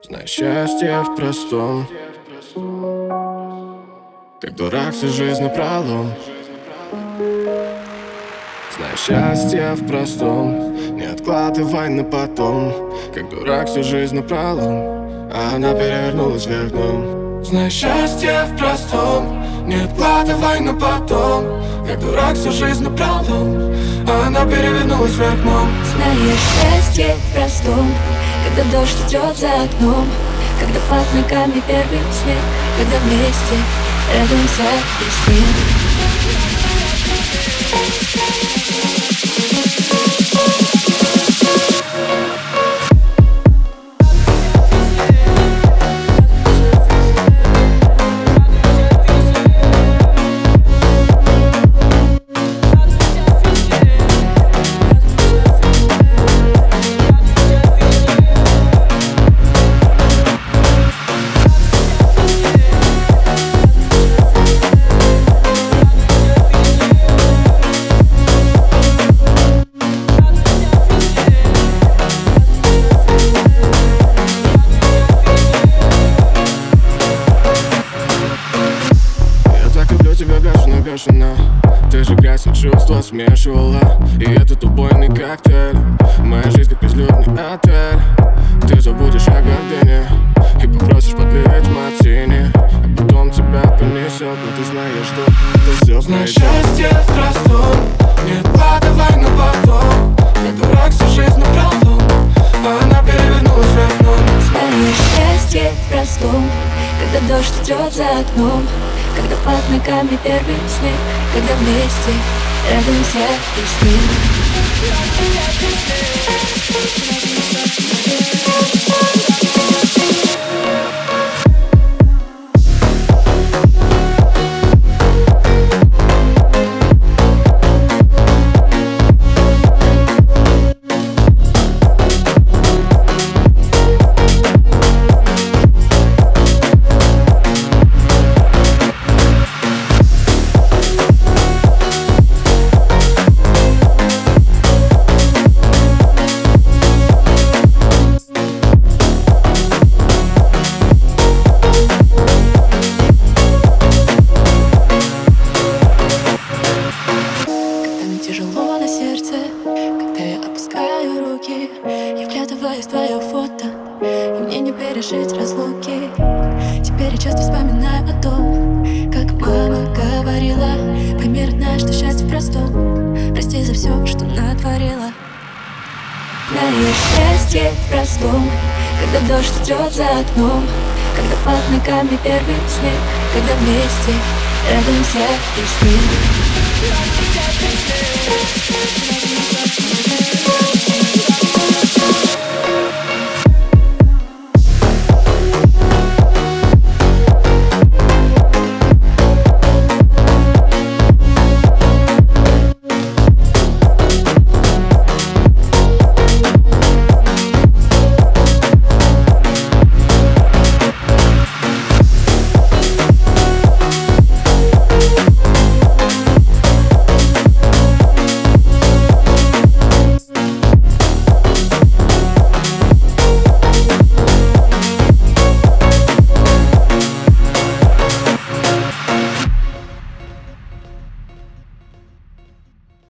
Знай счастье в простом, как дурак всю жизнь напролом. Знай счастье в простом, не откладывай на потом, как дурак всю жизнь напролом, а она перевернулась вверх дном. Знай счастье в простом, не откладывай на потом, как дурак всю жизнь напролом, а она перевернулась вверх дном. Знаешь счастье в простом, когда дождь идет за окном, когда под ногами первый снег, когда вместе радуемся весне. Бешено. Ты же грязь и чувства смешивала, и этот убойный коктейль. Моя жизнь как безлюдный отель. Ты забудешь о гордыне и попросишь подлить мартини, а потом тебя понесет, но ты знаешь, что это все. Знай счастье в простом, не откладывай на потом, как дурак всю жизнь напролом, а она перевернулась вверх дном. Знаешь счастье в простом, когда дождь идет за окном, когда под ногами первый снег, когда вместе радуемся весне. Тяжело на сердце, когда я опускаю руки, я вглядываюсь в твое фото, и мне не пережить разлуки. Теперь я часто вспоминаю о том, как мама говорила: пойми, родная, что счастье в простом, прости за все, что натворила. Знаешь счастье в простом, когда дождь идет за окном, когда под ногами первый снег, когда вместе радуемся весне.